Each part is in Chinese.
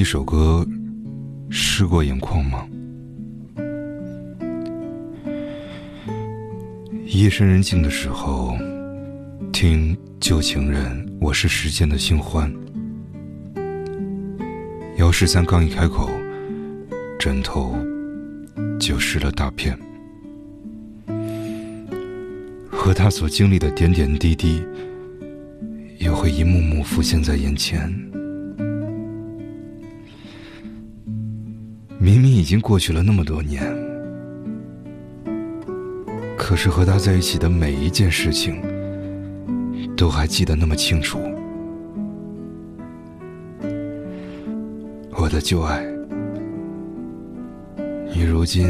首歌湿过眼眶吗？夜深人静的时候，听旧情人我是时间的新欢。姚十三刚一开口，枕头就湿了大片。和他所经历的点点滴滴，又会一幕幕浮现在眼前。明明已经过去了那么多年，可是和他在一起的每一件事情都还记得那么清楚。我的旧爱，你如今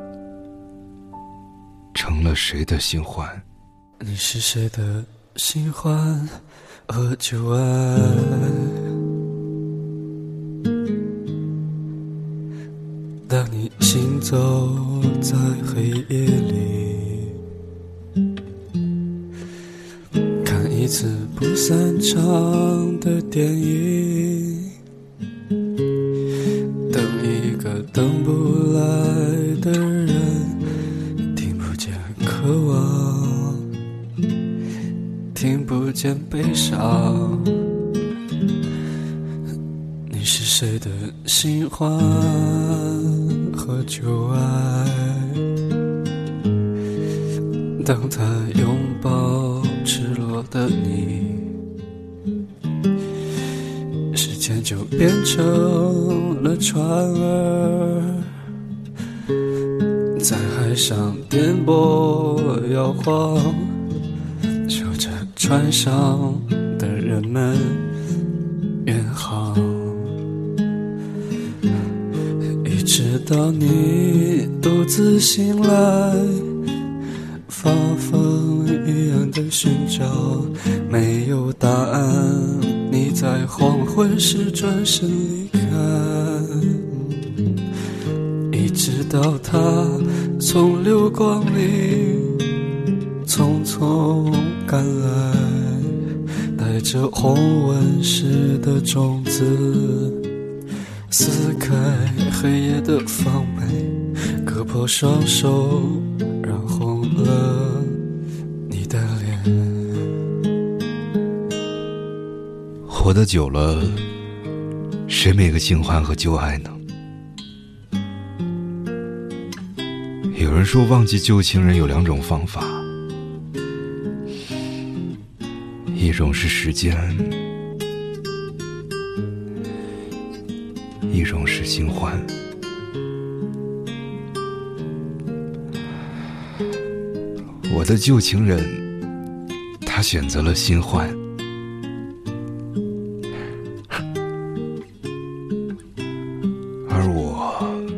成了谁的新欢？ 你是谁的新欢和旧爱？当你行走在黑夜里，看一次不散场的电影，等一个等不来的人，听不见渴望，听不见悲伤。你是谁的新欢和旧爱？当他拥抱赤裸的你，时间就变成了船儿，在海上颠簸摇晃，守着船上的人们远航。一直到你独自醒来，发疯一样的寻找，没有答案，你在黄昏时转身离开。一直到他从流光里匆匆赶来，带着红纹石的种子，撕开黑夜的防备，割破双手，染红了你的脸。 活得久了，谁没个新欢和旧爱呢？有人说忘记旧情人有两种方法，一种是时间，一种是新欢。我的旧情人，他选择了新欢，而我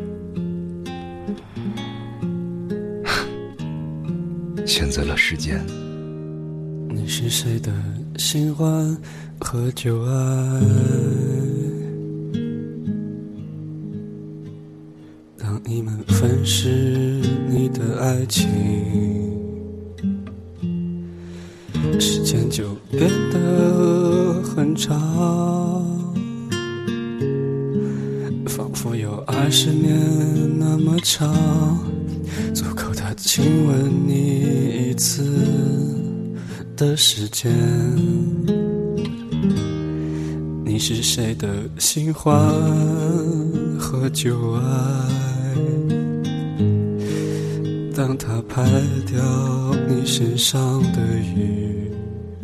选择了时间。 你是谁的新欢和旧爱？当你们分尸你的爱情，时间就变得很长，仿佛有20年那么长，足够他亲吻你一次的时间。你是谁的新欢和旧爱？当他拍掉你身上的雨，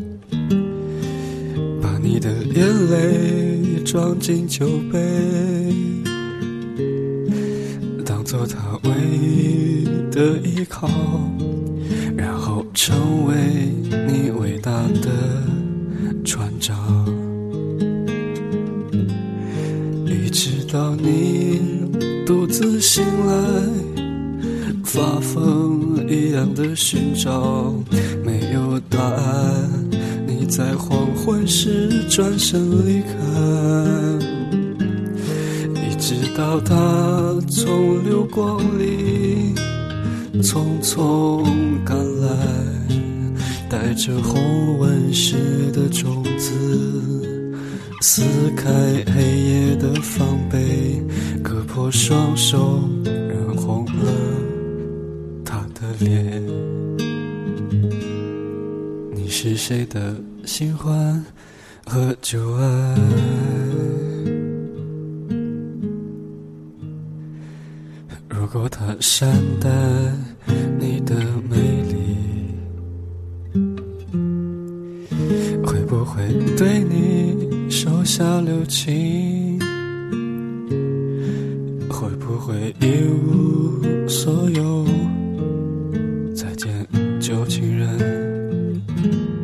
把你的眼泪装进酒杯，当做他唯一的依靠，然后成为你伟大的船长。一直到你独自醒来，发疯一样的寻找，没有答案，你在黄昏时转身离开。一直到他从流光里匆匆赶来，带着红纹石的种子， 撕开黑夜的防备，割破双手，染红了他的脸。你是谁的新欢和旧爱？如果他善待你的美丽，会不会对你手下留情？会不会一无所有，再见旧情人？